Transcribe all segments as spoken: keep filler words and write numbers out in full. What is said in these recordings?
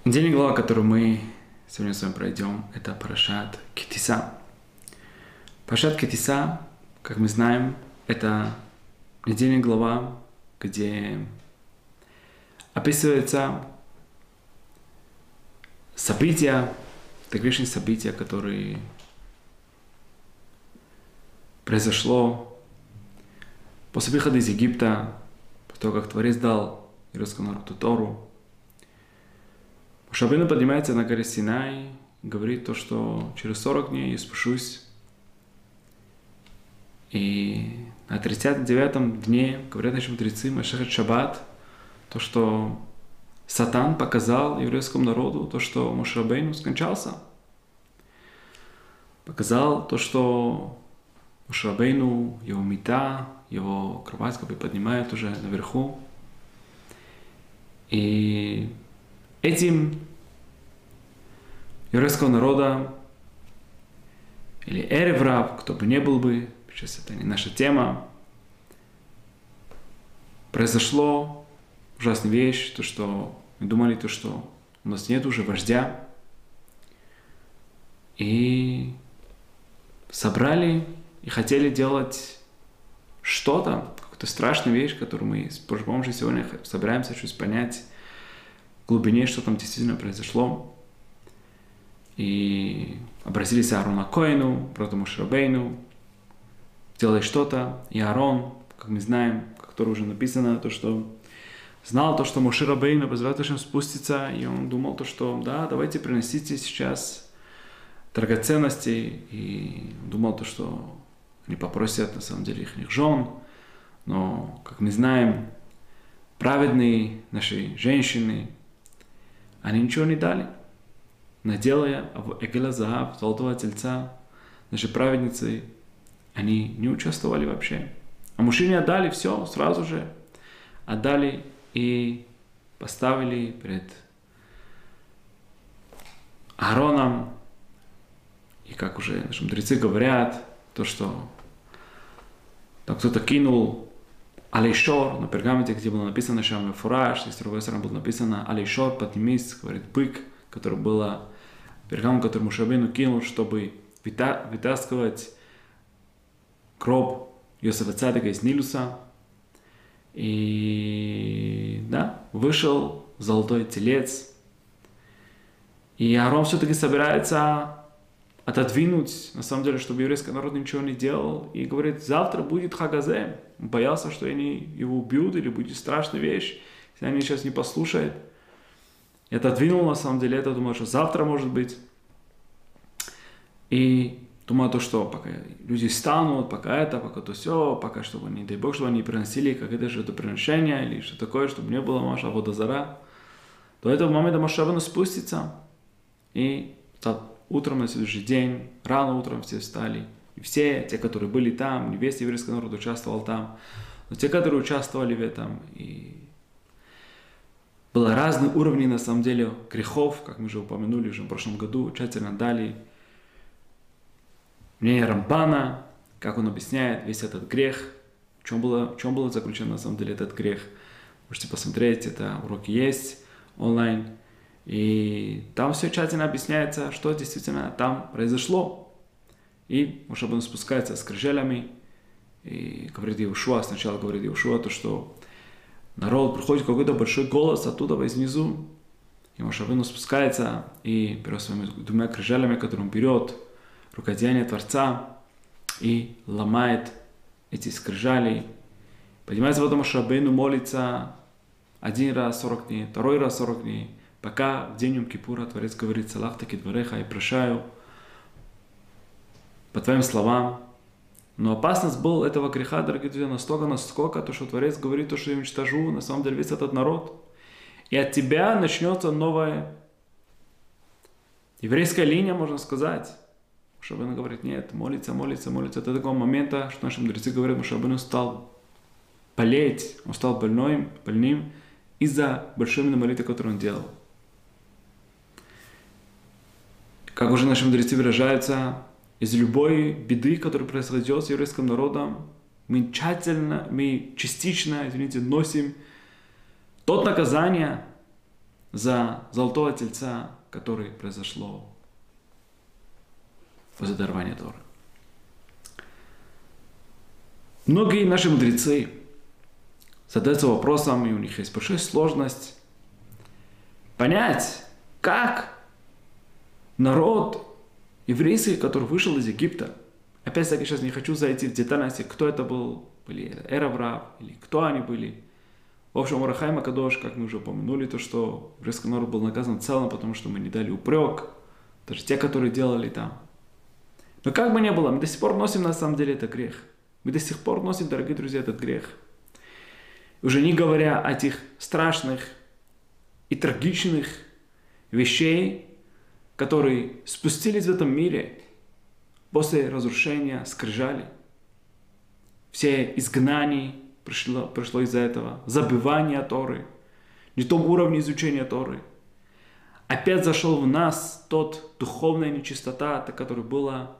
Недельная глава, которую мы сегодня с вами пройдем, это Парашат Ки-Тиса. Парашат Ки-Тиса, как мы знаем, это недельная глава, где описываются события, трагичные события, которые произошло после выхода из Египта, после того, как Творец дал еврейскому народу Тору. Моше Рабейну поднимается на горе Синай, говорит то, что через сорок дней я спущусь. И на тридцать девятом дне, говорят наши мудрецы, Машехет Шаббат, то, что Сатан показал еврейскому народу, то, что Моше Рабейну скончался. Показал то, что Моше Рабейну, его мита, его кровать как бы поднимают уже наверху. И этим еврейского народа, или Эрев, кто бы ни был бы, сейчас это не наша тема, произошло ужасная вещь, то, что мы думали, то, что у нас нет уже вождя, и собрали и хотели делать что-то, какую-то страшную вещь, которую мы с Божьей помощью сегодня собираемся чуть понять в глубине, что там действительно произошло. И обратились к Аарону Коэну, брату Моше Рабейну, делай что-то. И Аарон, как мы знаем, как тоже уже написано, то, что знал то, что Моше Рабейну Безрат Ашем спустится, и он думал то, что да, давайте приносите сейчас драгоценности, и думал то, что они попросят на самом деле их жен, но, как мы знаем, праведные наши женщины, они ничего не дали. Наделая в Эгела Захав, золотого тельца, наши праведницы, они не участвовали вообще. А мужчины отдали все сразу же. Отдали и поставили перед Аароном. И как уже наши мудрецы говорят, то, что там кто-то кинул Алейшор на пергаменте, где было написано Шам Фураж, и с другой стороны было написано Алейшор, поднимись, говорит бык, который было пергамент, который Моше Рабейну кинул, чтобы вита- вытаскивать гроб Йосефа Цадика из Нилуса. И да, вышел золотой телец. И Аарон все-таки собирается отодвинуть, на самом деле, чтобы еврейский народ ничего не делал. И говорит, завтра будет Хагазе. Он боялся, что они его убьют или будет страшная вещь, если они сейчас не послушают. И отодвинул, на самом деле, это, думал, что завтра может быть. И думал то, что пока люди станут, пока это, пока то все, пока, чтобы, не дай Бог, чтобы они приносили какое-то жертвоприношение или что такое, чтобы не было Маша Водозара. До этого момента Моше Рабейну спустится. И утром на следующий день, рано утром все встали. И все, те, которые были там, не весь еврейский народ участвовал там, но те, которые участвовали в этом, и было разные уровни, на самом деле, грехов, как мы уже упомянули уже в прошлом году, тщательно дали мнение Рамбана, как он объясняет весь этот грех, в чем было, в чем было заключен на самом деле этот грех. Можете посмотреть, это уроки есть онлайн. И там все тщательно объясняется, что действительно там произошло. И Моше Рабейну спускается с скрижалями, и говорит Иешуа, сначала говорит Иешуа, то, что народ, приходит какой-то большой голос оттуда, изнизу, и Моше Рабейну спускается и берет своими двумя крижалями, которые он берет, рукодеяние Творца, и ломает эти скрижали. Поднимается потом Моше Рабейну, молится один раз сорок дней, второй раз сорок дней, пока в день Йом-Кипура Творец говорит «Салах таки двореха» и прощаю по твоим словам. Но опасность была этого греха, дорогие друзья, настолько, насколько, то, что Творец говорит, то, что я уничтожу, на самом деле, весь этот народ. И от тебя начнется новая еврейская линия, можно сказать. Моше Рабейну говорит, нет, молится, молится, молится. Это такого момента, что наши мудрецы говорят, Моше Рабейну стал болеть, он стал больным, больным из-за большой молитвы, которую он делал. Как уже наши мудрецы выражаются, из любой беды, которая происходит с еврейским народом, мы тщательно, мы частично, извините, носим тот наказание, за золотого тельца, который произошло после дарования Торы. Многие наши мудрецы задаются вопросом, и у них есть большая сложность понять, как народ еврейский, который вышел из Египта, опять-таки сейчас не хочу зайти в детальности, кто это был, были Эраврав, или кто они были. В общем, Ор ха-Хаим ха-Кадош, как мы уже упомянули, то, что еврейский народ был наказан в целом, потому что мы не дали упрек, даже те, которые делали там. Но как бы ни было, мы до сих пор носим на самом деле этот грех. Мы до сих пор носим, дорогие друзья, этот грех. Уже не говоря о тех страшных и трагичных вещей, которые спустились в этом мире после разрушения скрижали. Все изгнания пришло, пришло из-за этого, забывание Торы, не том уровне изучения Торы. Опять зашел в нас тот духовная нечистота, которая была,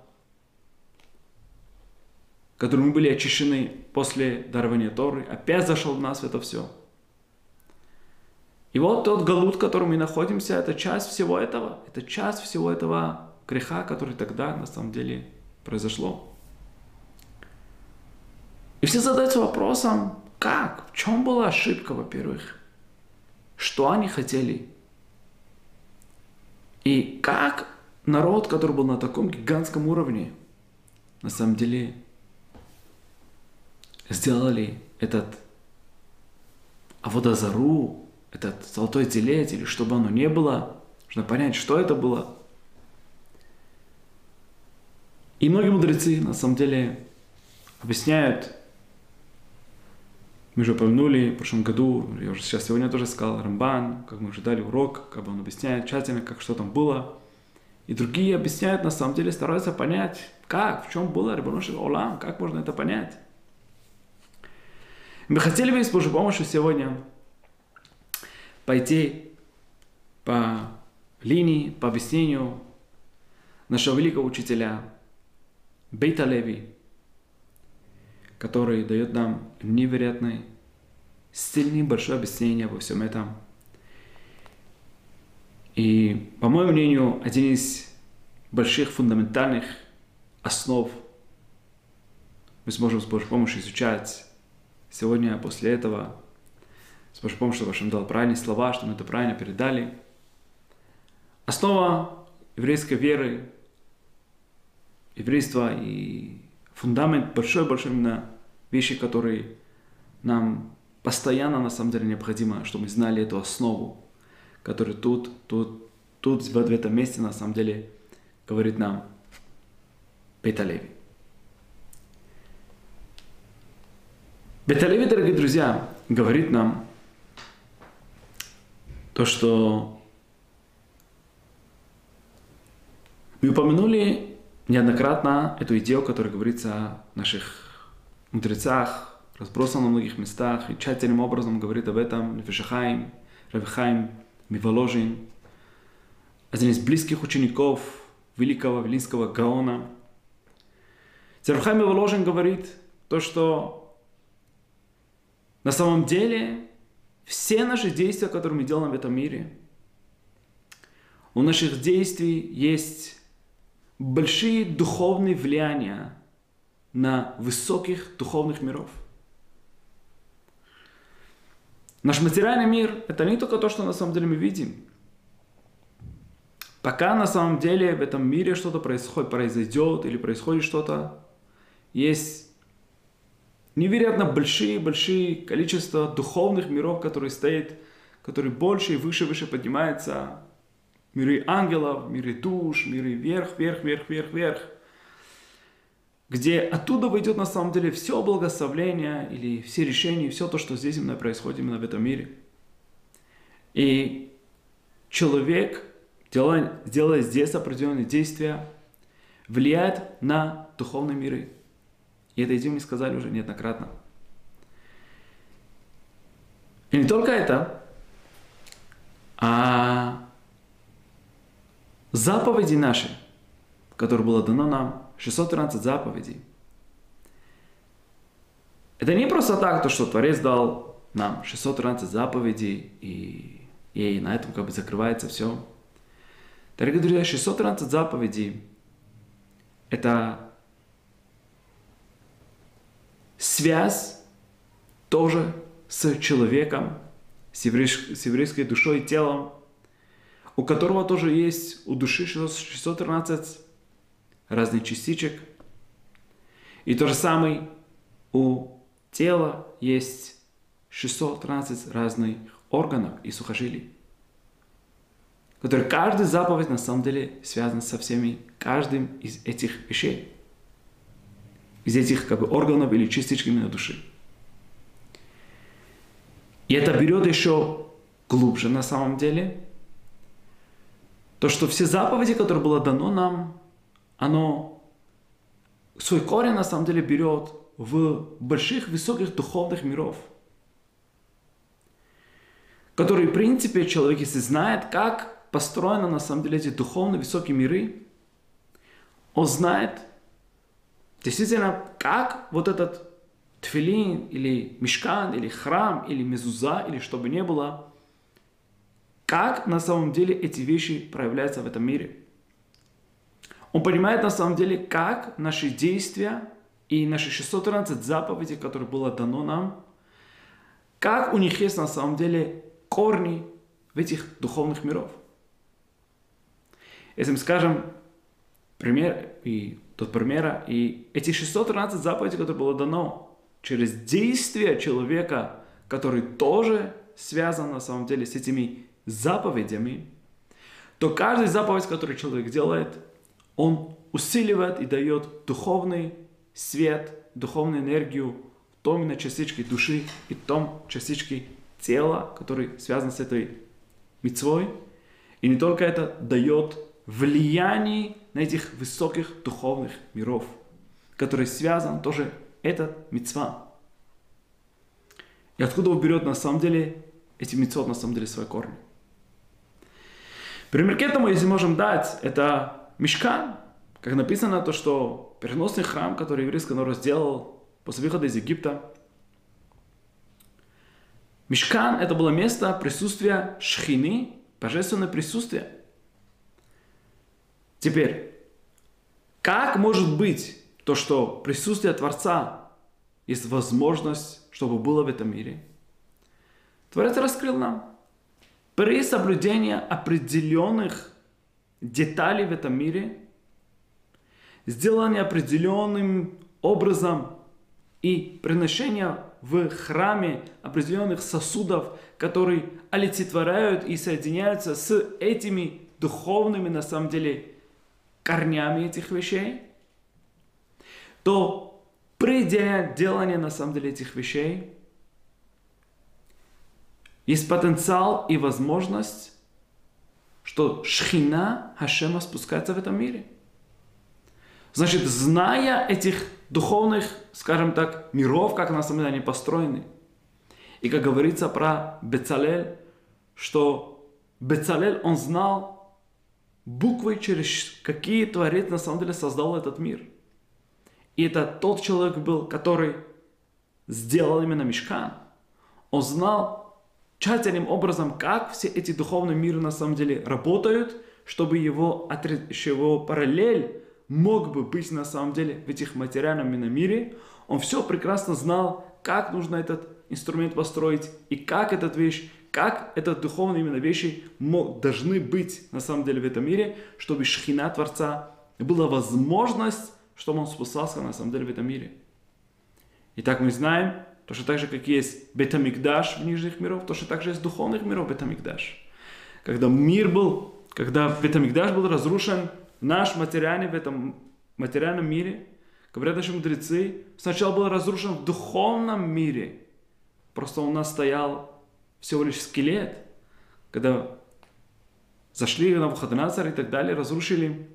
которой мы были очищены после дарования Торы, опять зашел в нас это все. И вот тот галут, в котором мы находимся, это часть всего этого. Это часть всего этого греха, который тогда на самом деле произошло. И все задаются вопросом, как? В чем была ошибка, во-первых? Что они хотели? И как народ, который был на таком гигантском уровне, на самом деле сделали этот аводазару, этот золотой телец, или что бы оно ни было, нужно понять, что это было. И многие мудрецы, на самом деле, объясняют, мы уже упомянули в прошлом году, я уже сейчас сегодня тоже сказал, Рамбан, как мы уже дали урок, как бы он объясняет тщательно, как что там было. И другие объясняют, на самом деле, стараются понять, как, в чем было Рибоно шель Олам, как можно это понять. Мы хотели бы с Божьей помощью сегодня пойти по линии, по объяснению нашего великого учителя Бейт а-Леви, который дает нам невероятное, сильное, большое объяснение во всем этом. И, по моему мнению, один из больших фундаментальных основ мы сможем с Божьей помощью изучать сегодня, после этого, с Божьей помощью, чтобы дал правильные слова, чтобы мы это правильно передали. Основа еврейской веры, еврейства и фундамент большой-большой именно вещи, которые нам постоянно на самом деле необходимо, чтобы мы знали эту основу, которая тут, тут, тут в этом месте на самом деле говорит нам Бейт а-Леви. Бейт а-Леви, дорогие друзья, говорит нам то, что мы упомянули неоднократно эту идею, которая говорится о наших мудрецах, разбросана на многих местах, и тщательным образом говорит об этом Нефеш ха-Хаим, Раби Хаим Миволожин, один из близких учеников великого Вилинского Гаона. Раби Хаим Миволожин говорит то, что на самом деле все наши действия, которые мы делаем в этом мире, у наших действий есть большие духовные влияния на высоких духовных миров. Наш материальный мир – это не только то, что на самом деле мы видим. Пока на самом деле в этом мире что-то происходит, произойдет или происходит что-то, есть невероятно большие-большие количество духовных миров, которые стоят, которые больше и выше и выше поднимаются. Миры ангелов, миры душ, миры вверх, вверх, вверх, вверх, вверх. Где оттуда выйдет на самом деле все благословление или все решения, все то, что здесь именно происходит именно в этом мире. И человек, делая, делая здесь определенные действия, влияет на духовные миры. И это идею мне сказали уже неоднократно. И не только это, а заповеди наши, которые было дано нам, шестьсот тринадцать заповедей. Это не просто так, то, что Творец дал нам шестьсот тринадцать заповедей, и И на этом как бы закрывается все. Дорогие друзья, шестьсот тринадцать заповедей – это связь тоже с человеком, с еврейской, с еврейской душой и телом, у которого тоже есть у души шестьсот тринадцать разных частичек. И то же самое у тела есть шестьсот тринадцать разных органов и сухожилий, которые каждая заповедь на самом деле связана со всеми, каждым из этих вещей, из этих как бы органов или частичек именно души. И это берет еще глубже на самом деле. То, что все заповеди, которые было дано нам, оно свой корень на самом деле берет в больших, высоких духовных миров, которые, в принципе, человек, если знает, как построены на самом деле эти духовные высокие миры, он знает действительно, как вот этот тфилин, или мишкан, или храм, или мезуза, или что бы ни было, как на самом деле эти вещи проявляются в этом мире. Он понимает на самом деле, как наши действия и наши шестьсот тринадцать заповедей, которые было дано нам, как у них есть на самом деле корни в этих духовных миров. Если мы скажем пример, и тот примера, и эти шестьсот тринадцать заповедей, которые было дано через действие человека, который тоже связан на самом деле с этими заповедями, то каждая заповедь, которую человек делает, он усиливает и дает духовный свет, духовную энергию в том именно частичке души и в том частичке тела, который связан с этой мицвой. И не только это дает влияние на этих высоких духовных миров, который связан тоже этот мицва. И откуда он берет на самом деле эти мицвот на самом деле свои корни. Пример к этому, если можем дать, это мишкан. Как написано, то, что переносный храм, который еврейский народ сделал после выхода из Египта. Мишкан – это было место присутствия шхины, божественное присутствие. Теперь, как может быть то, что присутствие Творца есть возможность, чтобы было в этом мире? Творец раскрыл нам. При соблюдении определенных деталей в этом мире, сделание определенным образом и приношение в храме определенных сосудов, которые олицетворяют и соединяются с этими духовными, на самом деле, корнями этих вещей, то при делании, на самом деле, этих вещей есть потенциал и возможность, что шхина Хашема спускается в этом мире. Значит, зная этих духовных, скажем так, миров, как на самом деле они построены, и как говорится про Бецалель, что Бецалель, он знал буквы, через какие Творец на самом деле создал этот мир. И это тот человек был, который сделал именно мишкан. Он знал тщательным образом, как все эти духовные миры на самом деле работают, чтобы его, его параллель мог бы быть на самом деле в этих материальном мире. Он все прекрасно знал, как нужно этот инструмент построить и как эта вещь, как этот духовные именно вещи мог, должны быть на самом деле в этом мире, чтобы шхина Творца была возможность, чтобы он спускался на самом деле в этом мире. Итак, мы знаем, то, что так же, как есть Бет-Амикдаш в нижних миров, то, что также есть духовных миров Бет-Амикдаш. Когда мир был, когда Бет-Амикдаш был разрушен, наш материальный в этом материальном мире, говорят наши мудрецы, сначала был разрушен в духовном мире. Просто у нас стоял всего лишь скелет. Когда зашли на Навуходоносор и так далее, разрушили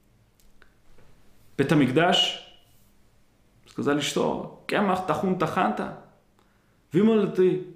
Бет-Амикдаш, сказали, что кемах тахун таханта, вымыл ты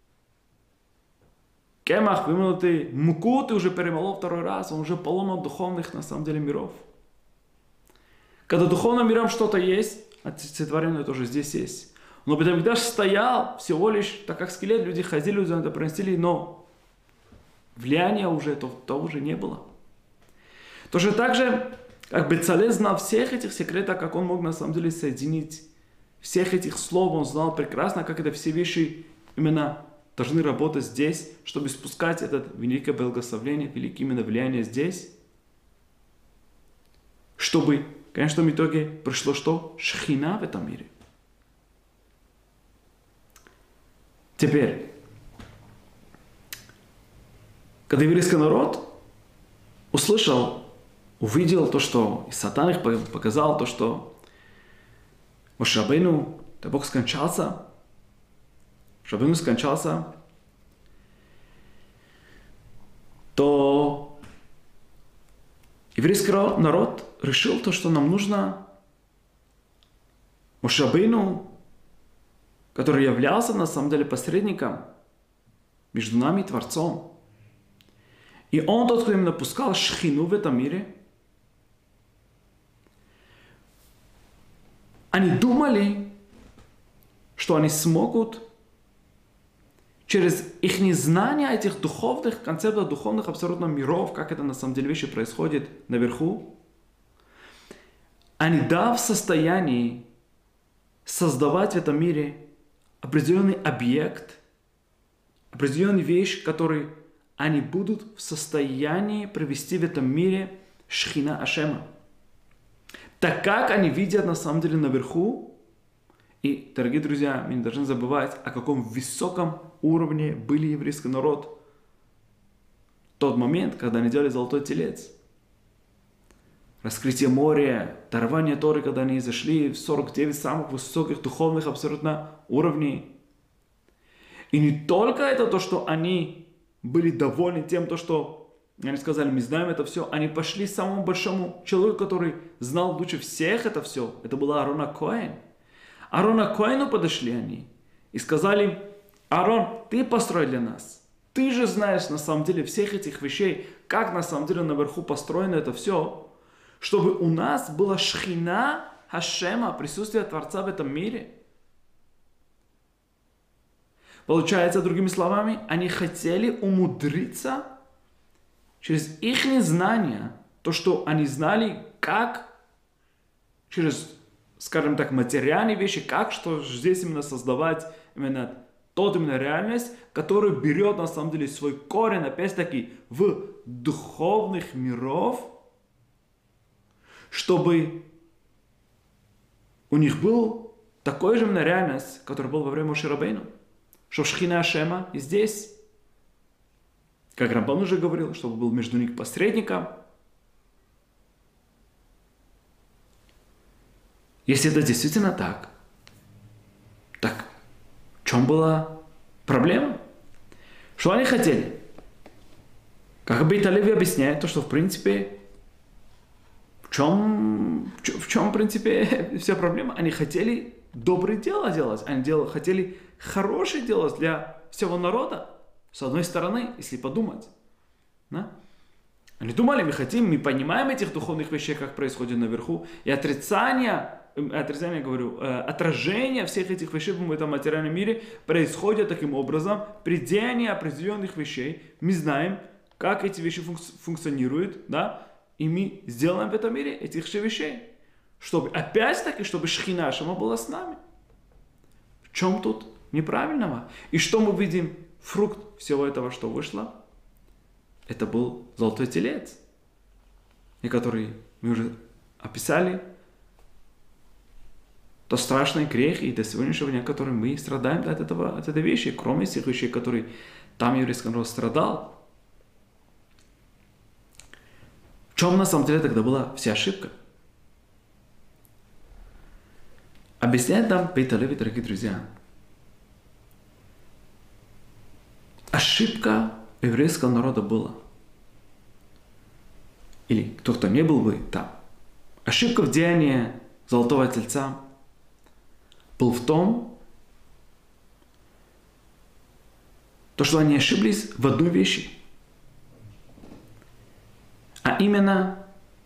кемах, вымыл ты муку, ты уже перемолол второй раз, он уже поломал духовных на самом деле миров. Когда духовным миром что-то есть, олицетворенное тоже здесь есть. Но Бет-Амикдаш стоял всего лишь, так как скелет, люди ходили, люди это приносили, но влияния уже то, то уже не было. Тоже так же, как Бецалель знал всех этих секретов, как он мог на самом деле соединить всех этих слов, он знал прекрасно, как это все вещи именно должны работать здесь, чтобы спускать это великое благословение, великое именно влияние здесь, чтобы в конечном итоге пришло что? Шхина в этом мире. Теперь, когда еврейский народ услышал, увидел то, что и Сатан их показал, то, что Моше Рабейну, да Бог скончался, Моше Рабейну скончался, то еврейский народ решил то, что нам нужно Моше Рабейну, который являлся на самом деле посредником между нами и Творцом. И он тот, кто именно пускал шхину в этом мире. Они думали, что они смогут через их незнание этих духовных концептов, духовных абсолютно миров, как это на самом деле вещи происходит наверху, они да в состоянии создавать в этом мире определенный объект, определенную вещь, который они будут в состоянии провести в этом мире шхина Ашема. Так как они видят на самом деле наверху, и, дорогие друзья, мы не должны забывать, о каком высоком уровне был еврейский народ в тот момент, когда они делали золотой телец. Раскрытие моря, дарование Торы, когда они зашли в сорок девять самых высоких духовных абсолютно уровней. И не только это то, что они были довольны тем, то, что они сказали, мы знаем это все, они пошли к самому большому человеку, который знал лучше всех это все. Это был Аарон а-Коэн. Аарон а-Коэну подошли они и сказали, Аарон, ты построй для нас. Ты же знаешь на самом деле всех этих вещей, как на самом деле наверху построено это все, чтобы у нас была шхина Хашема, присутствие Творца в этом мире. Получается, другими словами, они хотели умудриться через их незнание, то, что они знали, как через, скажем так, материальные вещи, как что здесь именно создавать именно тот именно реальность, которая берет на самом деле свой корень, опять-таки, в духовных миров, чтобы у них был такой же именно реальность, которая была во время Моше Рабейну. Что шхина Ашема и здесь, как Рамбан уже говорил, чтобы был между них посредником. Если это действительно так, так в чем была проблема? Что они хотели? Как Бейт Алеви объясняет, то, что в принципе, в чем, в чем в принципе вся проблема? Они хотели добрые дела делать, они делали, хотели хорошее дело для всего народа. С одной стороны, если подумать. Да? Они думали, мы хотим, мы понимаем этих духовных вещей, как происходит наверху. И отрицание, отрицание говорю, отражение всех этих вещей в этом материальном мире происходит таким образом. При делании определенных вещей мы знаем, как эти вещи функ- функционируют. Да? И мы сделаем в этом мире этих же вещей. Чтобы, опять-таки, чтобы шхина Ашема была с нами. В чем тут неправильного? И что мы видим? Фрукт всего этого, что вышло, это был золотой телец, и который мы уже описали, то страшный грех, и до сегодняшнего дня, который мы страдаем от этого, от этой вещи, кроме всех вещей, которые там еврейский народ страдал. В чем на самом деле тогда была вся ошибка? Объясняет нам Бейт Алеви, дорогие друзья. Ошибка еврейского народа была. Или кто, кто не был бы там. Ошибка в деянии золотого тельца был в том, то, что они ошиблись в одной вещи. А именно,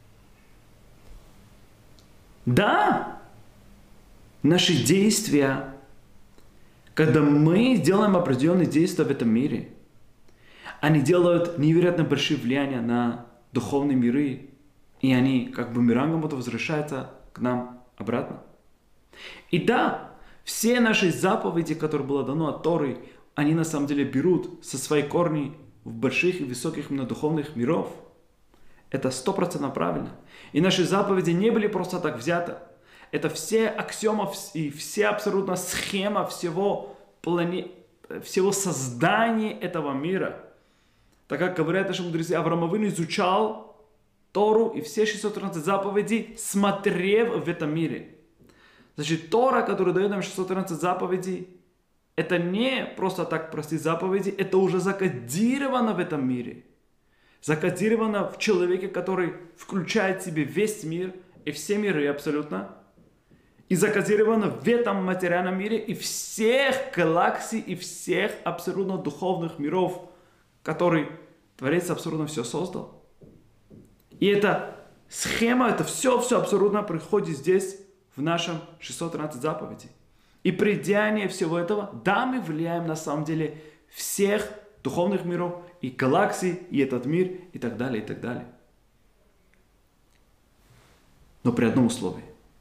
да, наши действия, когда мы делаем определенные действия в этом мире, они делают невероятно большие влияния на духовные миры, и они как бумерангом это возвращаются к нам обратно. И да, все наши заповеди, которые было дано от Торы, они на самом деле берут со своей корни в больших и высоких именно духовных миров. Это сто процентов правильно. И наши заповеди не были просто так взяты. Это все аксиомы и все абсолютно схема всего, плане... всего создания этого мира. Так как говорят наши мудрецы, Авраам Авину изучал Тору и все шестьсот тринадцать заповедей, смотрев в этом мире. Значит, Тора, которая дает нам шестьсот тринадцать заповедей, это не просто так простые заповеди, это уже закодировано в этом мире. Закодировано в человеке, который включает в себе весь мир и все миры абсолютно. И закодировано в этом материальном мире и всех галаксий, и всех абсолютно духовных миров, который Творец абсолютно все создал. И эта схема, это все-все абсолютно приходит здесь, в нашем шестьсот тринадцать заповедей. И при деянии всего этого, да, мы влияем на самом деле всех духовных миров, и галаксий, и этот мир, и так далее, и так далее. Но при одном условии.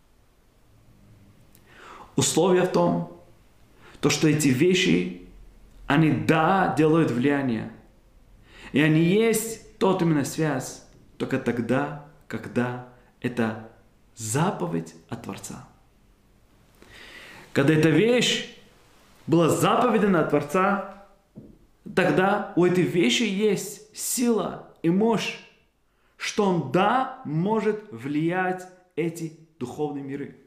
Условие в том, то, что эти вещи, они, да, делают влияние. И они есть тот именно связь, только тогда, когда это заповедь от Творца. Когда эта вещь была заповедана от Творца, тогда у этой вещи есть сила и мощь, что он, да, может влиять эти духовные миры.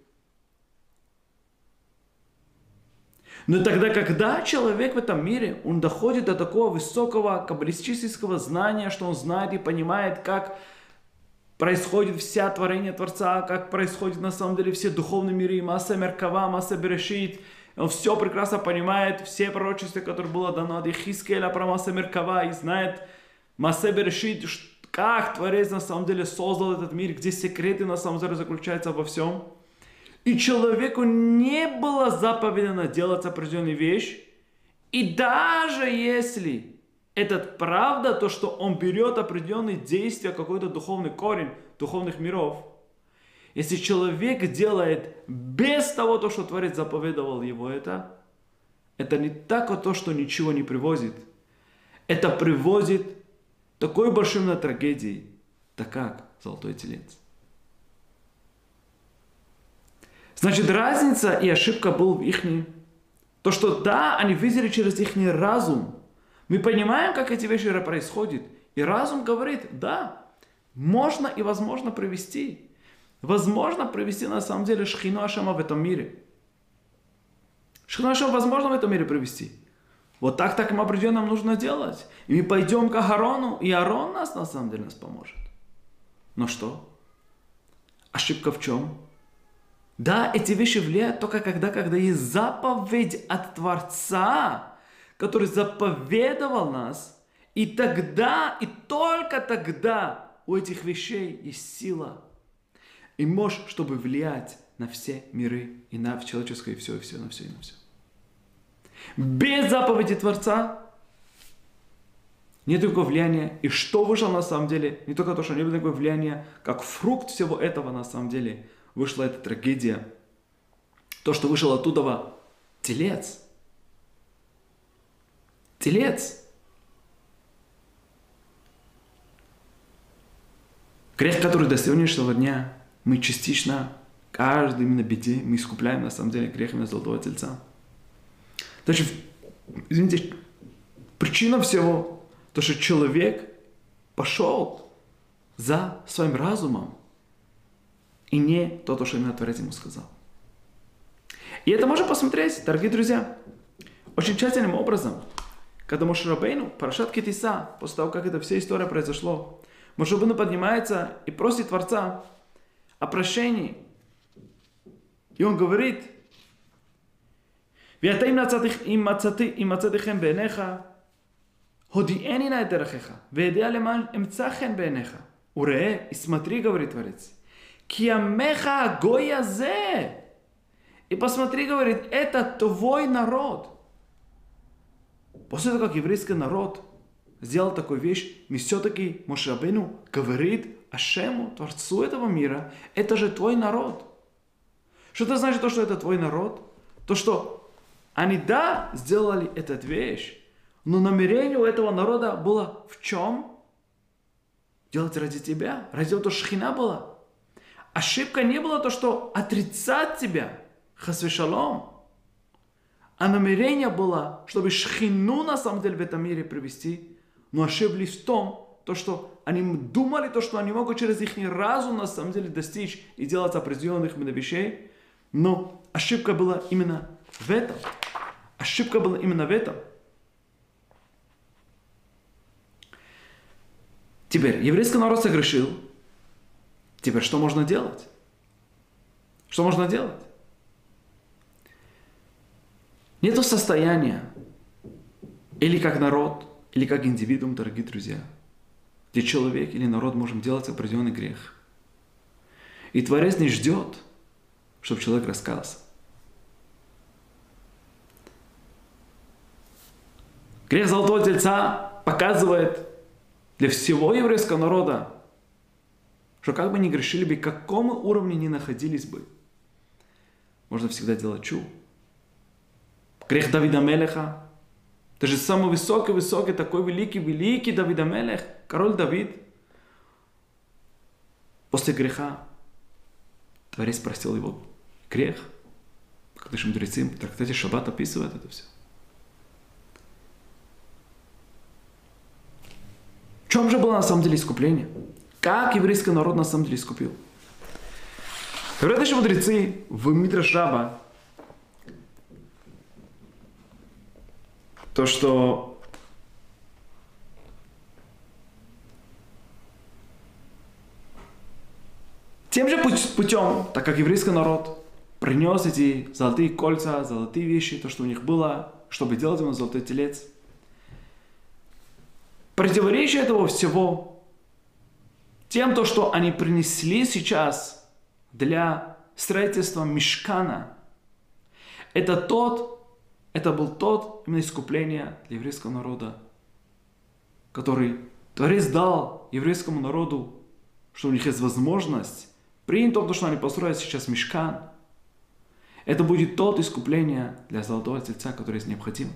Но тогда, когда человек в этом мире, он доходит до такого высокого каббалистического знания, что он знает и понимает, как происходит вся творение Творца, как происходит на самом деле все духовные миры, Маасе Меркава, Маасе Берешит. Он все прекрасно понимает, все пророчества, которые было дано от Ехискеля про Маасе Меркава, и знает Маасе Берешит, как Творец на самом деле создал этот мир, где секреты на самом деле заключаются во всем. И человеку не было заповедано делать определенную вещь. И даже если это правда, то, что он берет определенные действия, какой-то духовный корень духовных миров. Если человек делает без того, то, что Творец заповедовал его это, это не так вот то, что ничего не привозит. Это приводит такой большой на трагедии, так как Золотой Телец. Значит, разница и ошибка была в их... То, что да, они видели через их разум. Мы понимаем, как эти вещи происходят. И разум говорит, да, можно и возможно привести. Возможно привести на самом деле Шхину Ашема в этом мире. Шхину Ашема возможно в этом мире привести. Вот так, так им определенно нам нужно делать. И мы пойдем к Агарону, и Аарон нас на самом деле нас поможет. Но что? Ошибка в чем? Да, эти вещи влияют только когда, когда есть заповедь от Творца, который заповедовал нас, и тогда, и только тогда у этих вещей есть сила и мощь, чтобы влиять на все миры, и на человеческое, и все, и все, на все, и на все. Без заповеди Творца нет такого влияния. И что вышло на самом деле, не только то, что не было такого влияния, как фрукт всего этого на самом деле, вышла эта трагедия. То, что вышел оттуда телец. Телец. Грех, который до сегодняшнего дня мы частично, каждый именно беде, мы искупляем на самом деле грех именно Золотого Тельца. Значит, извините, причина всего, то, что человек пошел за своим разумом, и не то, что именно Творец ему сказал. И это можно посмотреть, дорогие друзья, очень тщательным образом. Когда Моше Рабейну, Парашат Ки Тиса, после того, как эта вся история произошло, Моше Рабейну поднимается и просит Творца о прощении. И он говорит, «В'ата им мацатихем бейнеха, hodи'ени на дерехеха, в'едеа леман эмца хен бейнеха». Уре, и смотри, говорит Творец, «Киамеха гоя зе». И посмотри, говорит, это твой народ. После того, как еврейский народ сделал такую вещь, мы все-таки, Моше Рабейну говорит Ашему, Творцу этого мира, это же твой народ. Что это значит, то, что это твой народ? То, что они, да, сделали эту вещь, но намерение у этого народа было в чем? Делать ради тебя, ради того, что шхина была. Ошибка не была то, что отрицать тебя, хас вешалом. А намерение было, чтобы шхину на самом деле в этом мире привести, но ошиблись в том, то, что они думали, то, что они могут через их разум на самом деле достичь и делать определенных вещей, но ошибка была именно в этом. Ошибка была именно в этом. Теперь, еврейский народ согрешил. Теперь, что можно делать? Что можно делать? Нету состояния, или как народ, или как индивидуум, дорогие друзья, где человек или народ можем делать определенный грех. И Творец не ждет, чтобы человек раскаялся. Грех Золотого Тельца показывает для всего еврейского народа, что как бы ни грешили бы, к какому уровне ни находились бы, можно всегда делать чу. Грех Давида Мелеха, даже самый высокий-высокий, такой великий-великий Давид Мелех, король Давид, после греха Творец простил его грех. Как наши мудрецы в трактате Шаббат описывают это все. В чем же было на самом деле искупление? Как еврейский народ на самом деле искупил? Говорят наши мудрецы в Мидраш Раба, то, что тем же путем, так как еврейский народ принес эти золотые кольца, золотые вещи, то, что у них было, чтобы делать ему золотой телец, противоречие этого всего тем, то, что они принесли сейчас для строительства мишкана, это тот, это был тот именно искупление для еврейского народа, который Творец дал еврейскому народу, что у них есть возможность принять то, что они построят сейчас мишкан. Это будет тот искупление для Золотого Тельца, который есть необходим.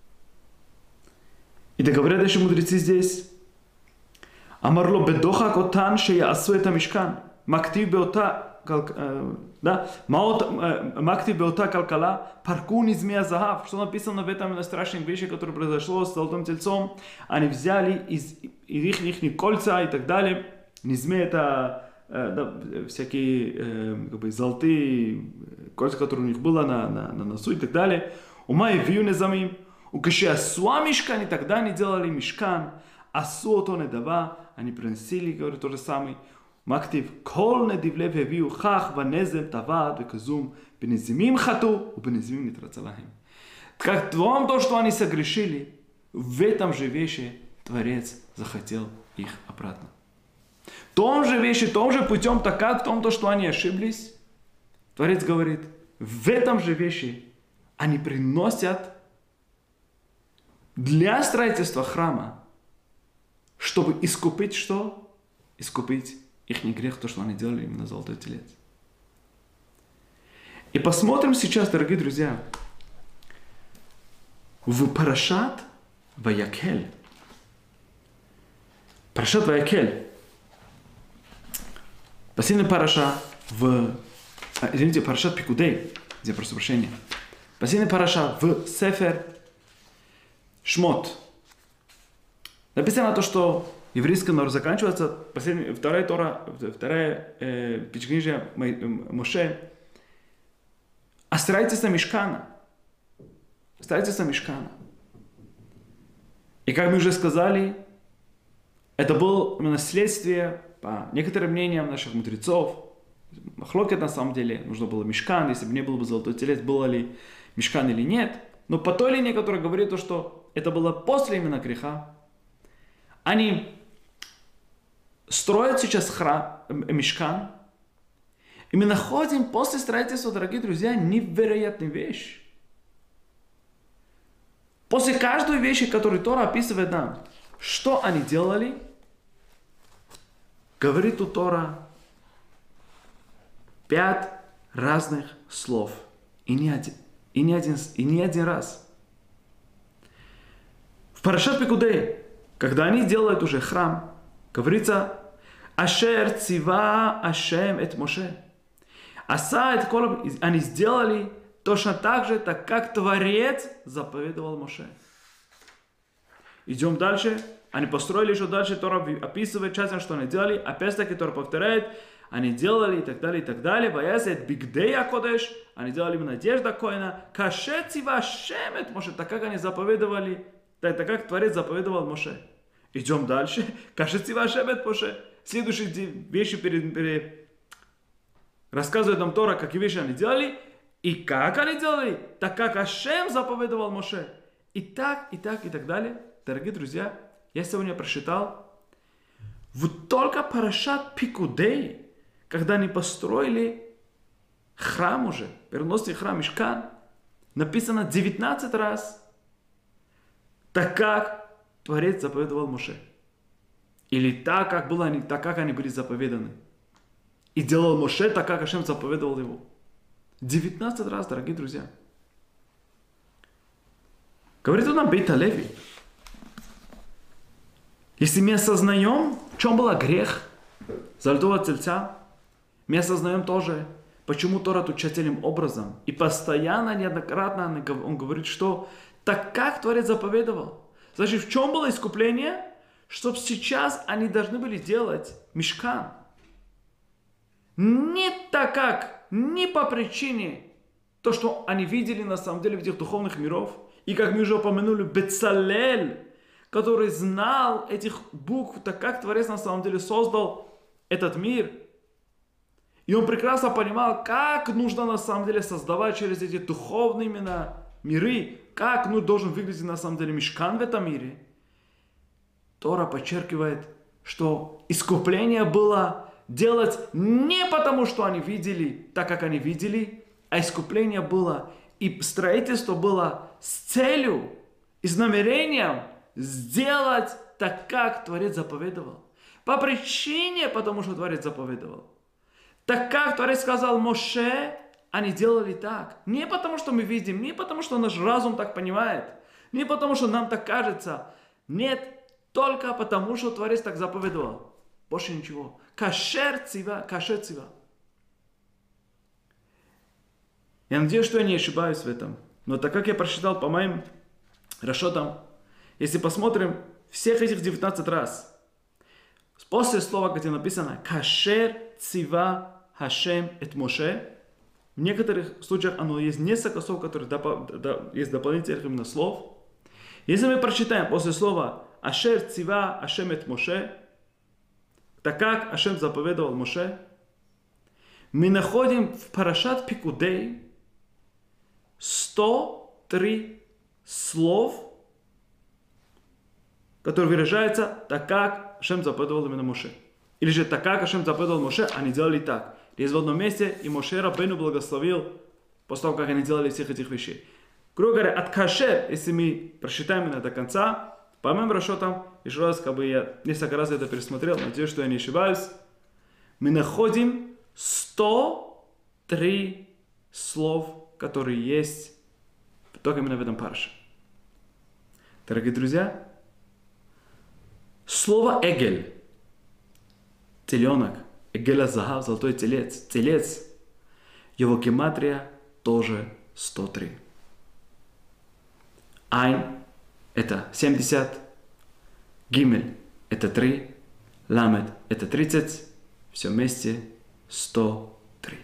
И так говорят еще мудрецы здесь. Амарло бедоха котан шея асу это мишкан. Мактив беота да, мактив беота калкала паркун из мия захав. Что написано в этом страшном вещи, которое произошло с Золотым Тельцом. Они взяли из, из их, их кольца и так далее. Низме это да, всякие э, как бы, золотые кольца, которые у них было на, на, на носу и так далее. Ума и вью не замим. У каши асуа мишкан, и тогда они делали мишкан. Асуа то не дава, они приносили, говорят, то же самое. Мактив кол не дивле вевью хах ванезем тавад веказум бенезимим хату у бенезимим нитрацалахим. Как вам то, что они согрешили, в этом же вещи Творец захотел их обратно. В том же вещи, том же путем, так как в том, то, что они ошиблись, Творец говорит, в этом же вещи они приносят для строительства храма, чтобы искупить что? Искупить их грех, то, что они делали именно Золотой Телец. И посмотрим сейчас, дорогие друзья, в Парашат Ваякель. Парашат Ваякель. Последняя параша в... А, извините, Парашат Пикудей. Где, прошу прощения. Последняя параша в Сефер Шмот. Написано то, что еврейский народ заканчивается, вторая Тора, вторая э, пятикнижие Моше, а строительство мишкана. Строительство мишкана. И как мы уже сказали, это было именно следствие, по некоторым мнениям наших мудрецов, махлокет на самом деле, нужно было мишкан, если бы не было бы Золотой Телец, было ли мишкан или нет. Но по той линии, которая говорит то, что это было после именно греха, они строят сейчас храм, мишкан, и мы находим после строительства, дорогие друзья, невероятную вещь. После каждой вещи, которую Тора описывает нам, Что они делали? Говорит у Тора пять разных слов. И не один, и не один, и не один раз. В Парашат Пекудей, когда они делают уже храм, говорится «Ашер цива Ашем эт Моше». Аса эт колоб, они сделали точно так же, так как Творец заповедовал Моше. Идем дальше. Они построили еще дальше, Тора описывает часто, что они делали. Опять-таки Тора повторяет, они делали и так далее, и так далее. Ваясет бигдея кодеш, они делали именно одежда коина. Каше цива Ашем эт Моше, так как они заповедовали, так, так как Творец заповедовал Моше. Идем дальше. Каше цива Ашем эт Моше. Следующие вещи перед, перед... рассказывает нам Тора, какие вещи они делали. И как они делали, так как Ашем заповедовал Моше. И так, и так, и так далее. Дорогие друзья, я сегодня прочитал, вот только Парашат Пекудей, когда они построили храм уже, переносный храм Мишкан, написано девятнадцать раз, так как Творец заповедовал Моше. Или так, как было, так, как они были заповеданы. И делал Моше так, как Ашем заповедовал его. девятнадцать раз, дорогие друзья. Говорит он нам Бейт Леви. Если мы осознаем, в чем был грех Золотого Тельца, мы осознаем тоже, почему Тора тут тщательным образом. И постоянно, неоднократно он говорит, что так как Творец заповедовал. Значит, в чем было искупление? Чтобы сейчас они должны были делать мишкан. Не так как, не по причине то, что они видели на самом деле в этих духовных миров. И как мы уже упомянули, Бецалель, который знал этих букв, так как Творец на самом деле создал этот мир. И он прекрасно понимал, как нужно на самом деле создавать через эти духовные именно миры, как ну, должен выглядеть на самом деле мишкан в этом мире. Тора подчеркивает, что искупление было делать не потому, что они видели, так как они видели, а искупление было и строительство было с целью и с намерением сделать так, как Творец заповедовал. По причине, потому что Творец заповедовал. Так как Творец сказал Моше, они делали так. Не потому, что мы видим, не потому, что наш разум так понимает, не потому, что нам так кажется. Нет, только потому, что Творец так заповедовал. Больше ничего. Кашер цива, кашер цива. Я надеюсь, что я не ошибаюсь в этом. Но так как я прочитал по моим расчетам, если посмотрим всех этих девятнадцать раз, после слова, где написано «Кашер цива Хашем эт Моше», в некоторых случаях оно есть несколько слов, которые доп- до, есть дополнительных именно слов. Если мы прочитаем после слова «Ашер цива Хашем эт Моше», так как Ашем заповедовал Моше, мы находим в Парашат Пекудей сто три слов, которые выражаются так, как Ашем заповедовал именно Моше. Или же так, как Ашем заповедовал Моше, они делали так. Есть в одном месте, и Моше Рабейну благословил после того, как они делали всех этих вещей. Грубо говоря, от кашер, если мы прочитаем именно до конца, по моим расчетам, еще раз, как бы я несколько раз это пересмотрел, надеюсь, что я не ошибаюсь, мы находим сто три слов, которые есть только именно в этом парше. Дорогие друзья, слово «эгель», теленок, «эгеля захав», золотой телец, телец, его гематрия тоже сто три. Айн – это семьдесят, Гимель – это три, Ламед – это тридцать, все вместе сто три.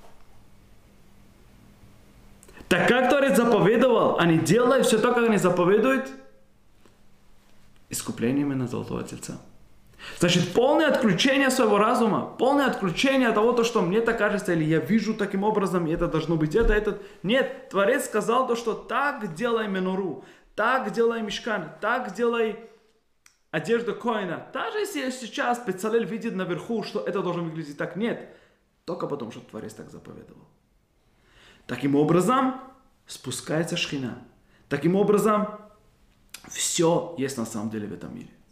Так как Творец заповедовал, они делают все то, как они заповедуют, искупление именно Золотого Тельца. Значит, полное отключение своего разума, полное отключение от того, то, что мне так кажется, или я вижу таким образом, и это должно быть это, это. Нет, Творец сказал то, что так делай менору, так делай мишкан, так делай одежду коина. Даже если сейчас Бецалель видит наверху, что это должно выглядеть так, нет. Только потому, что Творец так заповедовал. Таким образом, спускается шхина. Таким образом, все есть на самом деле в этом мире.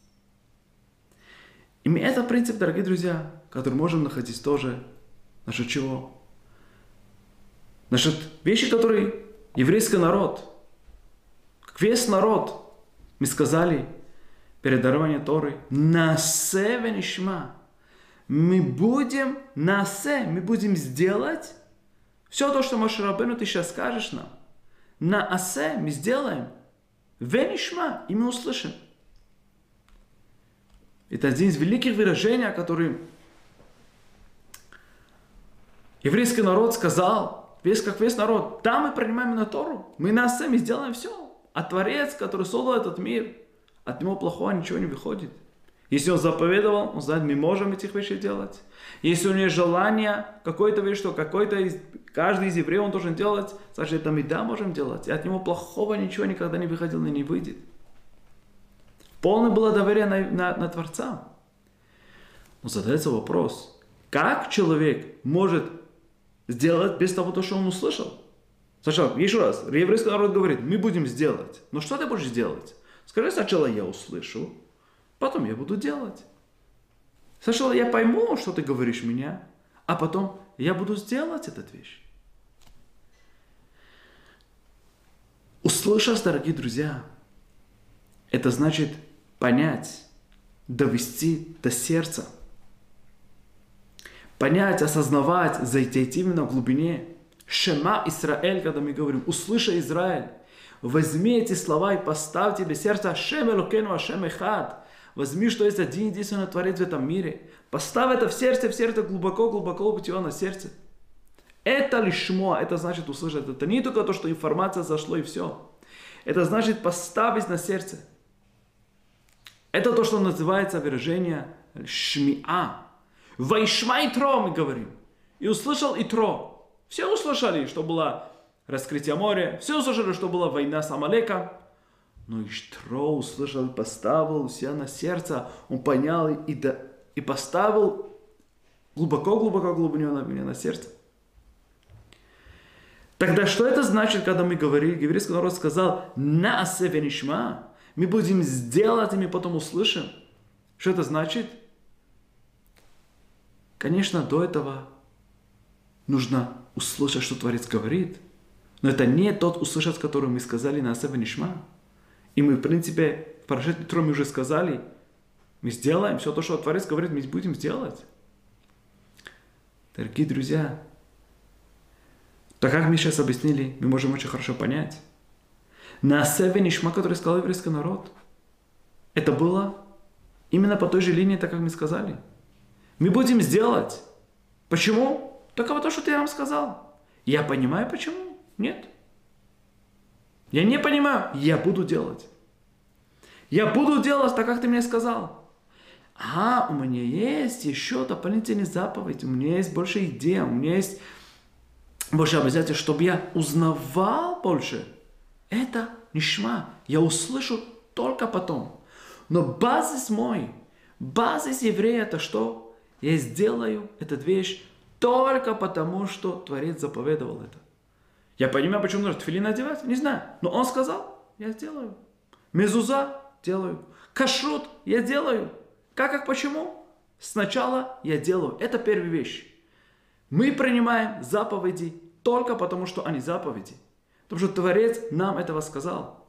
И это принцип, дорогие друзья, который можем находить тоже насчет чего? Насчет вещи, которые еврейский народ, как весь народ, мы сказали перед дарованием Торы, «Насе венишма». Мы будем, насе, мы будем сделать все то, что Моше Рабейну ты сейчас скажешь нам. На асе мы сделаем. Венишма, и мы услышим. Это один из великих выражений, которые еврейский народ сказал, весь как весь народ, да, мы принимаем на Тору, мы на асе, мы сделаем все. А Творец, который создал этот мир, от него плохого ничего не выходит. Если он заповедовал, он знает, мы можем этих вещей делать. Если у него есть желание, какой-то вещь, что какой-то из, каждый из евреев он должен делать, значит, это мы да можем делать. И от него плохого ничего никогда не выходило и не выйдет. Полное было доверие на, на, на Творца. Но задается вопрос, как человек может сделать без того, что он услышал? Сначала, еще раз, еврейский народ говорит, мы будем сделать. Но что ты будешь делать? Скажи, сначала я услышу, потом я буду делать. Сначала я пойму, что ты говоришь меня, а потом я буду сделать эту вещь. Услышать, дорогие друзья, это значит понять, довести до сердца. Понять, осознавать, зайти именно в глубине. Шема Исраэль, когда мы говорим, услышай Израиль, возьми эти слова и поставь тебе сердце Ашем Элокейну Ашем Эхад. Возьми, что есть один единственный Творец в этом мире. Поставь это в сердце, в сердце глубоко-глубоко убытие на сердце. Это лишмо, это значит услышать. Это не только то, что информация зашла и все. Это значит поставить на сердце. Это то, что называется выражение шмиа. Вайшма Итро, мы говорим. И услышал Итро. Все услышали, что было раскрытие моря. Все услышали, что была война с Амалеком. Но Итро услышал, поставил себя на сердце. Он понял и, да, и поставил глубоко-глубоко глубоко на меня на сердце. Тогда что это значит, когда мы говорили, еврейский народ сказал, «Наасе венишма», мы будем сделать, и мы потом услышим. Что это значит? Конечно, до этого нужно услышать, что Творец говорит, но это не тот услышать, который мы сказали «Наасе венишма». И мы, в принципе, в Парашат Итро мы уже сказали, мы сделаем все то, что Творец говорит, мы будем сделать. Дорогие друзья, так как мы сейчас объяснили, мы можем очень хорошо понять. Наасе венишма, который сказал еврейский народ, это было именно по той же линии, так как мы сказали. Мы будем сделать. Почему? Только потому, что я вам сказал. Я понимаю, почему? Нет. Я не понимаю. Я буду делать. Я буду делать так, как ты мне сказал. А, у меня есть еще дополнительные заповеди. У меня есть больше идей. У меня есть больше обязательств, чтобы я узнавал больше. Это нишма. Я услышу только потом. Но базис мой, базис еврея это что? Я сделаю эту вещь только потому, что Творец заповедовал это. Я понимаю, почему нужно тфилин одевать, не знаю. Но он сказал, я сделаю. Мезуза делаю. Кашрут я делаю. Как, как, почему? Сначала я делаю. Это первая вещь. Мы принимаем заповеди только потому, что они заповеди. Потому что Творец нам этого сказал.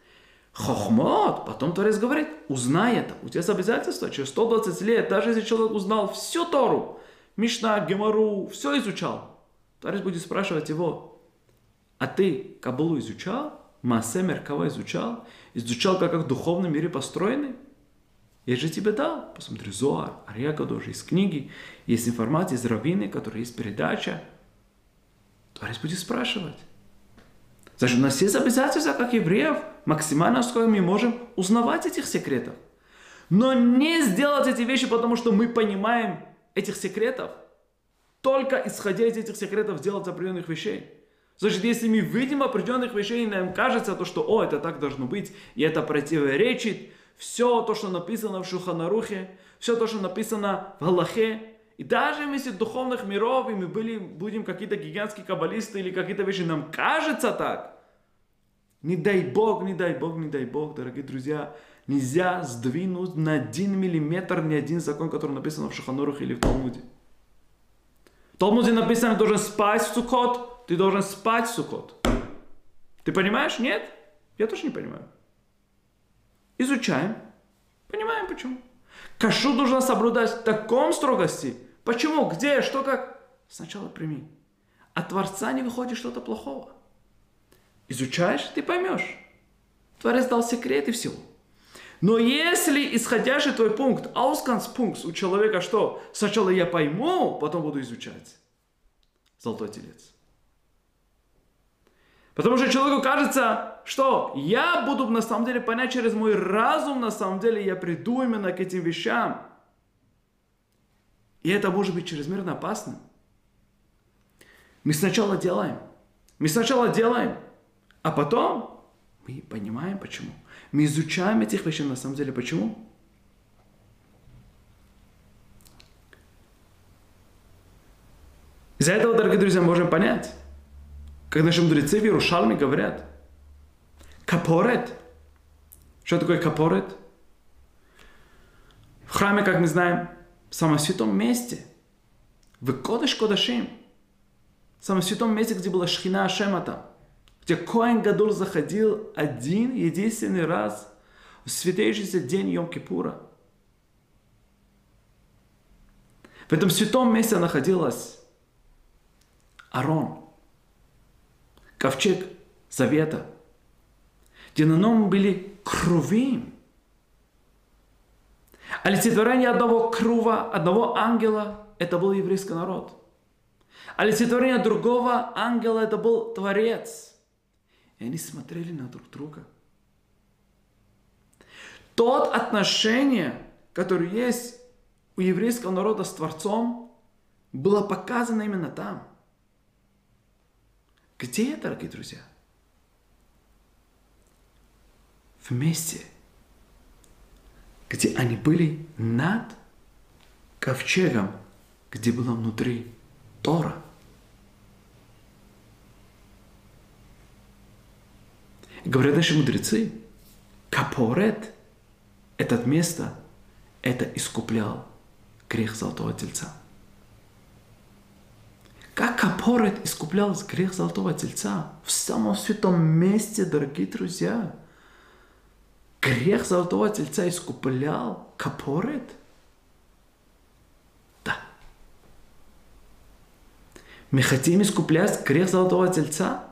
Хохмот, потом Творец говорит, узнай это. У тебя есть обязательство, через сто двадцать лет, даже если человек узнал всю Тору, Мишна, Гемару, все изучал, Творец будет спрашивать его, а ты Кабалу изучал? Маасе Меркава изучал? Изучал, как в духовном мире построены? Я же тебе дал. Посмотри, Зоар, Ария Кадош, из книги, есть информация из раввины, которая есть передача. Творец будет спрашивать. Значит, у нас есть обязательства, как евреев, максимально, сколько мы можем узнавать этих секретов. Но не сделать эти вещи, потому что мы понимаем этих секретов. Только исходя из этих секретов делать определенных вещей. Значит, если мы видим определенных вещей, и нам кажется, то, что о, это так должно быть, и это противоречит все то, что написано в Шулхан Арухе, все то, что написано в Галахе, и даже вместе духовных миров, и мы были, будем какие-то гигантские каббалисты или какие-то вещи, нам кажется так. Не дай Бог, не дай Бог, не дай Бог, дорогие друзья, Нельзя сдвинуть на один миллиметр ни один закон, который написан в Шулхан Арух или в Талмуде. В Талмуде написано, ты должен спать в Суккот, ты должен спать в Суккот. Ты понимаешь? Нет? Я тоже не понимаю. Изучаем. Понимаем, почему. Кашрут должна соблюдать в таком строгости. Почему? Где? Что? Как? Сначала прими. От Творца не выходит что-то плохого. Изучаешь, ты поймешь. Творец дал секреты всего. Но если исходящий твой пункт, аусканспункт у человека что? Сначала я пойму, потом буду изучать. Золотой телец. Потому что человеку кажется, что я буду на самом деле понять через мой разум, на самом деле я приду именно к этим вещам. И это может быть чрезмерно опасным. Мы сначала делаем. Мы сначала делаем, а потом мы понимаем почему. Мы изучаем этих вещей на самом деле почему. Из-за этого, дорогие друзья, можем понять, как наши мудрецы в Иерушалме говорят, капорет. Что такое капорет? В храме, как мы знаем, в самом святом месте, в Кодеш Кодашим, в самом святом месте, где была Шхина Ашема там, где Коэн Гадоль заходил один, единственный раз в святейшийся день Йом-Кипура. В этом святом месте находилась Арон, ковчег Завета, где на нем были крувим. Олицетворение одного крува, одного ангела, это был еврейский народ. Олицетворение другого ангела, это был Творец. И они смотрели на друг друга. Тот отношение, которое есть у еврейского народа с Творцом, было показано именно там. Где, дорогие друзья? В месте, где они были над ковчегом, где была внутри Тора. Говорят наши мудрецы, капорет, это место, это искуплял грех Золотого Тельца. Как капорет искуплял грех Золотого Тельца? В самом святом месте, дорогие друзья. Грех Золотого Тельца искуплял капорет? Да. Мы хотим искуплять грех Золотого Тельца?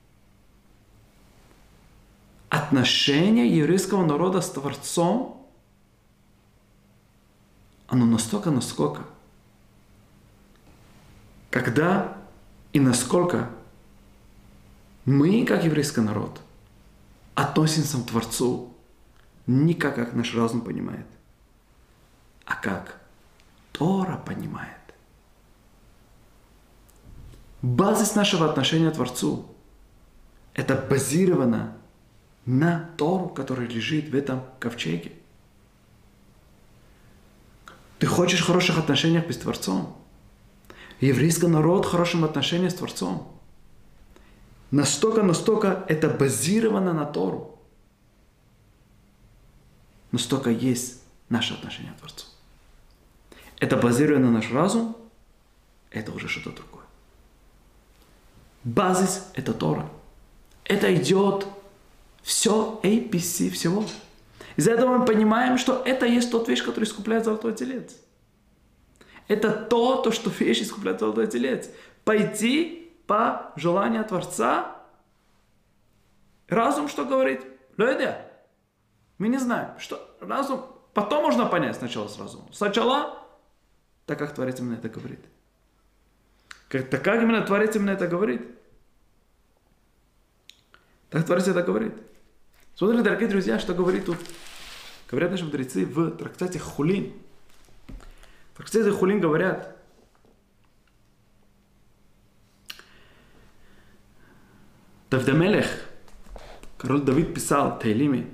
Отношение еврейского народа с Творцом, оно настолько, насколько, когда и насколько мы, как еврейский народ, относимся к Творцу не как, как наш разум понимает, а как Тора понимает. Базис нашего отношения к Творцу – это базировано на Тору, которая лежит в этом ковчеге. Ты хочешь хороших отношений с Творцом? Еврейский народ в хорошем отношении с Творцом. Настолько, настолько это базировано на Тору. Настолько есть наше отношение к Творцу. Это базировано на наш разум, это уже что-то другое. Базис – это Тора. Это идет все эй пи си всего. Из-за этого мы понимаем, что это есть тот вещь, который искупляет Золотой Телец. Это то, то, что вещь искупляет Золотой Телец. Пойти по желанию Творца. Разум что говорит? Люди, мы не знаем. Что разум, потом можно понять сначала с разумом. Сначала, так как Творец именно это говорит. Как, так как именно Творец именно это говорит. Так Творец это говорит. Смотрите, дорогие друзья, что говорит тут. Говорят наши мудрецы в трактате Хулин. В трактате Хулин говорят, Давид а-Мелех, король Давид писал Тейлими,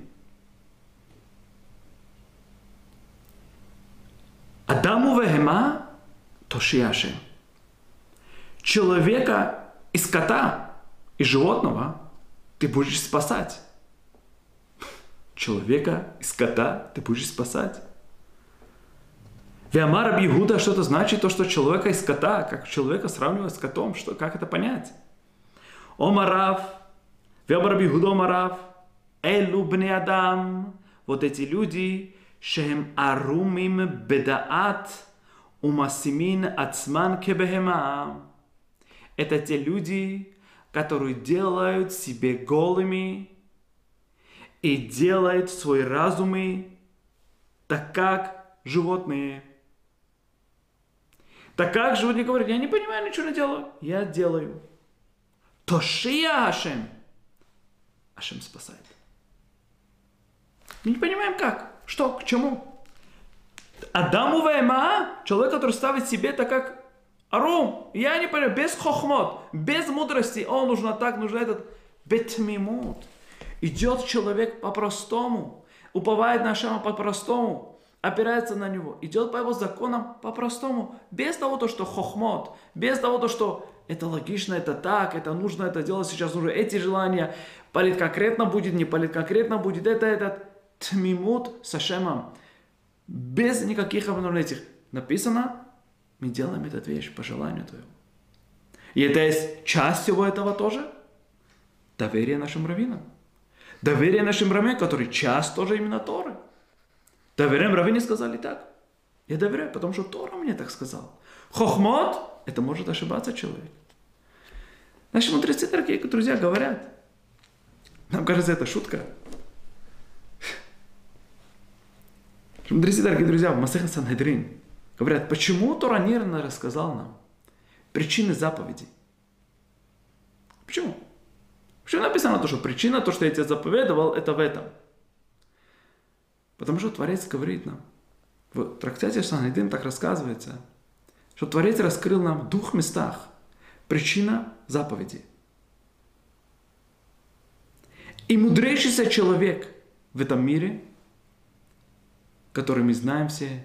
Адаму вехема тошия Ашем. Человека и скота, и животного ты будешь спасать. человека и скота ты будешь спасать. Веамар Раби Иуда, что это значит? То, что человека и скота, как человека сравнивать с котом, что, как это понять? Омарав, Веамар Раби Иуда Омарав, Элу бне Адам, вот эти люди, шехем арумим бедаат, умасимин ацман кебехема. Это те люди, которые делают себе голыми и делают свой разум так, как животные. Так как животные говорят, я не понимаю, ничего не делаю. Я делаю. Тошия Ашем. Ашем спасает. Мы не понимаем как. Что, к чему? Адаму вейма, человек, который ставит себе так как арум. Я не понимаю, без хохмот, без мудрости. О, нужно так, нужно этот. Бетмимут. Идет человек по-простому. Уповает на Ашема по-простому. Опирается на него, идет по его законам по-простому, без того, то, что хохмот, без того, то, что это логично, это так, это нужно это делать, сейчас уже эти желания, политконкретно будет, не политконкретно будет, это этот тмимут с Ашемом, без никаких обновлений этих. Написано, мы делаем эту вещь по желанию твоему. И это есть часть всего этого тоже, доверие нашим раввинам, доверие нашим раввинам, который часть тоже именно Торы. Доверяем, раввины сказали так. Я доверяю, потому что Тора мне так сказал. Хохмот, это может ошибаться человек. Наши мудрецы, дорогие друзья, говорят. Нам кажется, это шутка. Мудрецы, дорогие друзья, в Масехет Сангедрин говорят, почему Тора не рассказал нам причины заповедей. Почему? Почему написано то, что причина, то, что я тебе заповедовал, это в этом. Потому что Творец говорит нам, в трактате Сангедрин так рассказывается, что Творец раскрыл нам в двух местах причина заповеди. И мудрейшийся человек в этом мире, который мы знаем все,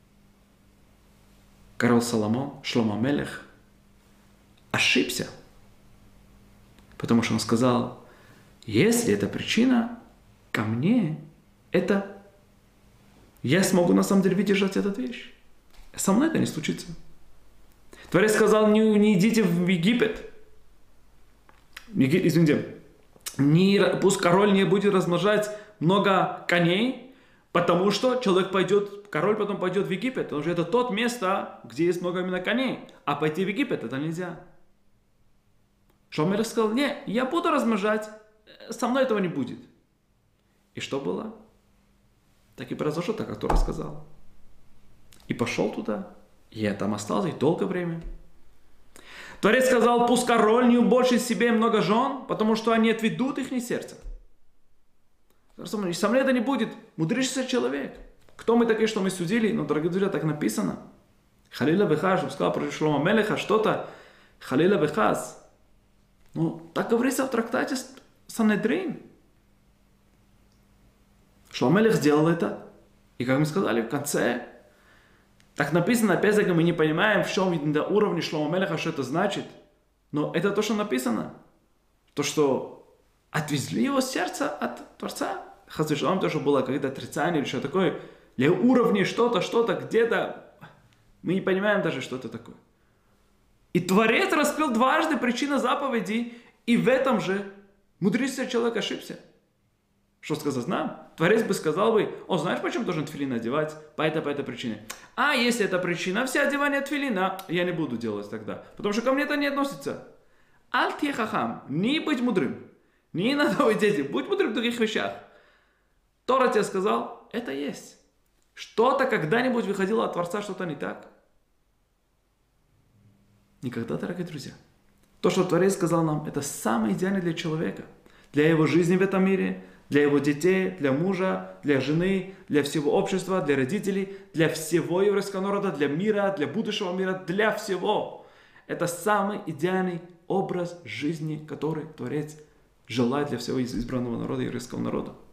король Соломон, Шломо Мелех, ошибся. Потому что он сказал, если эта причина ко мне, это я смогу на самом деле выдержать эту вещь. Со мной это не случится. Творец сказал, не, не идите в Египет. Извините. Не, пусть король не будет размножать много коней, потому что человек пойдет, король потом пойдет в Египет. Потому что это тот место, где есть много именно коней. А пойти в Египет это нельзя. Шломо Мелех сказал, не, я буду размножать, со мной этого не будет. И что было? Так и произошло, так как Тора сказал. И пошел туда. И я там остался, и долгое время. Творец сказал, пусть король не убольшит себе много жен, потому что они отведут их не сердце. Со мной это не будет. Мудрейшийся человек. Кто мы такие, что мы судили? Ну, дорогие друзья, так написано. Халила вехаз, чтобы сказал про Шломо Мелеха что-то. Халила вехаз. Ну, так говорится в трактате Сангедрин. Шломо Мелех сделал это. И как мы сказали в конце, так написано, опять-таки мы не понимаем, в чем до уровня Шломо Мелеха, что это значит. Но это то, что написано. То, что отвезли его сердце от Творца. Хазишалам тоже было какое-то отрицание или что такое. Для уровня что-то, что-то, где-то. Мы не понимаем даже, что это такое. И Творец раскрыл дважды причину заповеди, и в этом же мудрейший человек ошибся. Что сказать нам? Творец бы сказал бы, о, знаешь, почему должен тфилин одевать? По этой, по этой причине. А если это причина, все одевание тфилина, я не буду делать тогда. Потому что ко мне это не относится. Аль-ти хахам, не быть мудрым. Не надо быть дети, будь мудрым в других вещах. Тора тебе сказал, это есть. Что-то когда-нибудь выходило от Творца, что-то не так. Никогда, дорогие друзья. То, что Творец сказал нам, это самое идеальное для человека. Для его жизни в этом мире, для его детей, для мужа, для жены, для всего общества, для родителей, для всего еврейского народа, для мира, для будущего мира, для всего. Это самый идеальный образ жизни, который Творец желает для всего избранного народа, еврейского народа.